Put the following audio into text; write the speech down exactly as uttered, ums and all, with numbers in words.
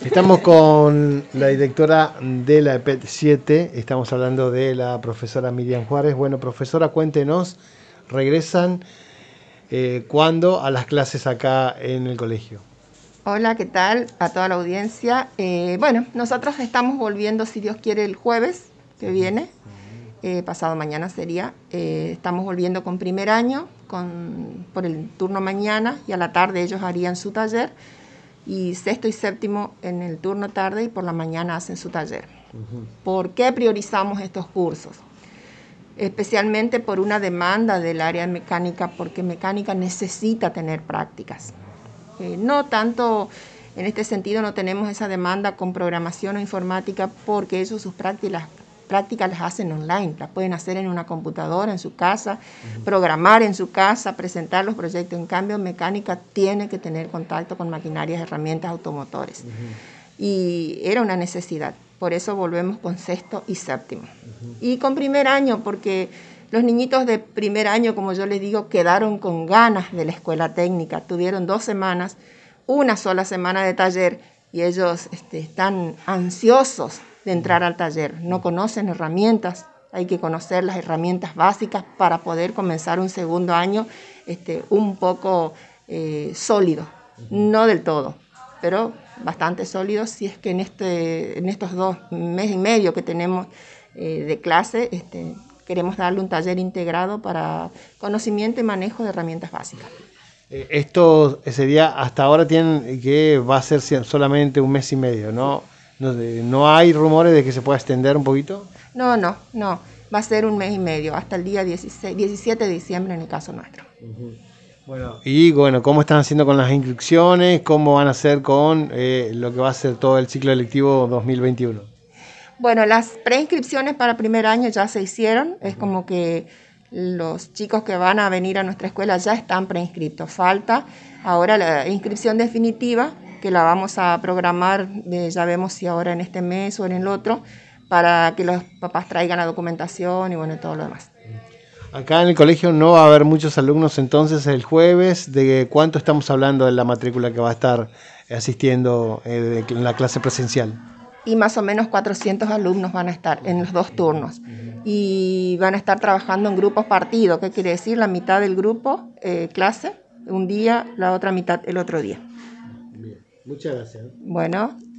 Estamos con la directora de la E P E T siete, estamos hablando de la profesora Miriam Juárez. Bueno, profesora, cuéntenos, ¿regresan eh, cuándo a las clases acá en el colegio? Hola, ¿qué tal? A toda la audiencia. Eh, bueno, nosotros estamos volviendo, si Dios quiere, el jueves que viene, eh, pasado mañana sería. Eh, estamos volviendo con primer año, con, por el turno mañana, y a la tarde ellos harían su taller, y sexto y séptimo en el turno tarde y por la mañana hacen su taller. Uh-huh. ¿Por qué priorizamos estos cursos? Especialmente por una demanda del área de mecánica, porque mecánica necesita tener prácticas. Eh, no tanto, en este sentido no tenemos esa demanda con programación o informática, porque ellos sus prácticas, prácticas las hacen online, las pueden hacer en una computadora, en su casa, uh-huh. programar en su casa, presentar los proyectos. En cambio, mecánica tiene que tener contacto con maquinarias, herramientas, automotores. Uh-huh. Y era una necesidad, por eso volvemos con sexto y séptimo. Uh-huh. Y con primer año, porque los niñitos de primer año, como yo les digo, quedaron con ganas de la escuela técnica. Tuvieron dos semanas, una sola semana de taller, y ellos este, están ansiosos de entrar al taller. No conocen herramientas, hay que conocer las herramientas básicas para poder comenzar un segundo año este, un poco eh, sólido. No del todo, pero bastante sólido, si es que en, este, en estos dos meses y medio que tenemos eh, de clase, este, queremos darle un taller integrado para conocimiento y manejo de herramientas básicas. Eh, esto sería, hasta ahora tienen que va a ser solamente un mes y medio, ¿no? No, ¿no hay rumores de que se pueda extender un poquito? No, no, no. Va a ser un mes y medio, hasta el día dieciséis, diecisiete de diciembre en el caso nuestro. Uh-huh. Bueno, y bueno, ¿cómo están haciendo con las inscripciones? ¿Cómo van a hacer con eh, lo que va a ser todo el ciclo electivo dos mil veintiuno? Bueno, las preinscripciones para primer año ya se hicieron. Es como que los chicos que van a venir a nuestra escuela ya están preinscriptos. Falta ahora la inscripción definitiva, que la vamos a programar, de, ya vemos si ahora en este mes o en el otro, para que los papás traigan la documentación y bueno, todo lo demás. Acá en el colegio no va a haber muchos alumnos entonces el jueves. ¿De cuánto estamos hablando de la matrícula que va a estar asistiendo eh, en la clase presencial? Y más o menos cuatrocientos alumnos van a estar en los dos turnos. Y van a estar trabajando en grupos partidos. ¿Qué quiere decir? La mitad del grupo, eh, clase, un día, la otra mitad el otro día. Bien, muchas gracias. Bueno.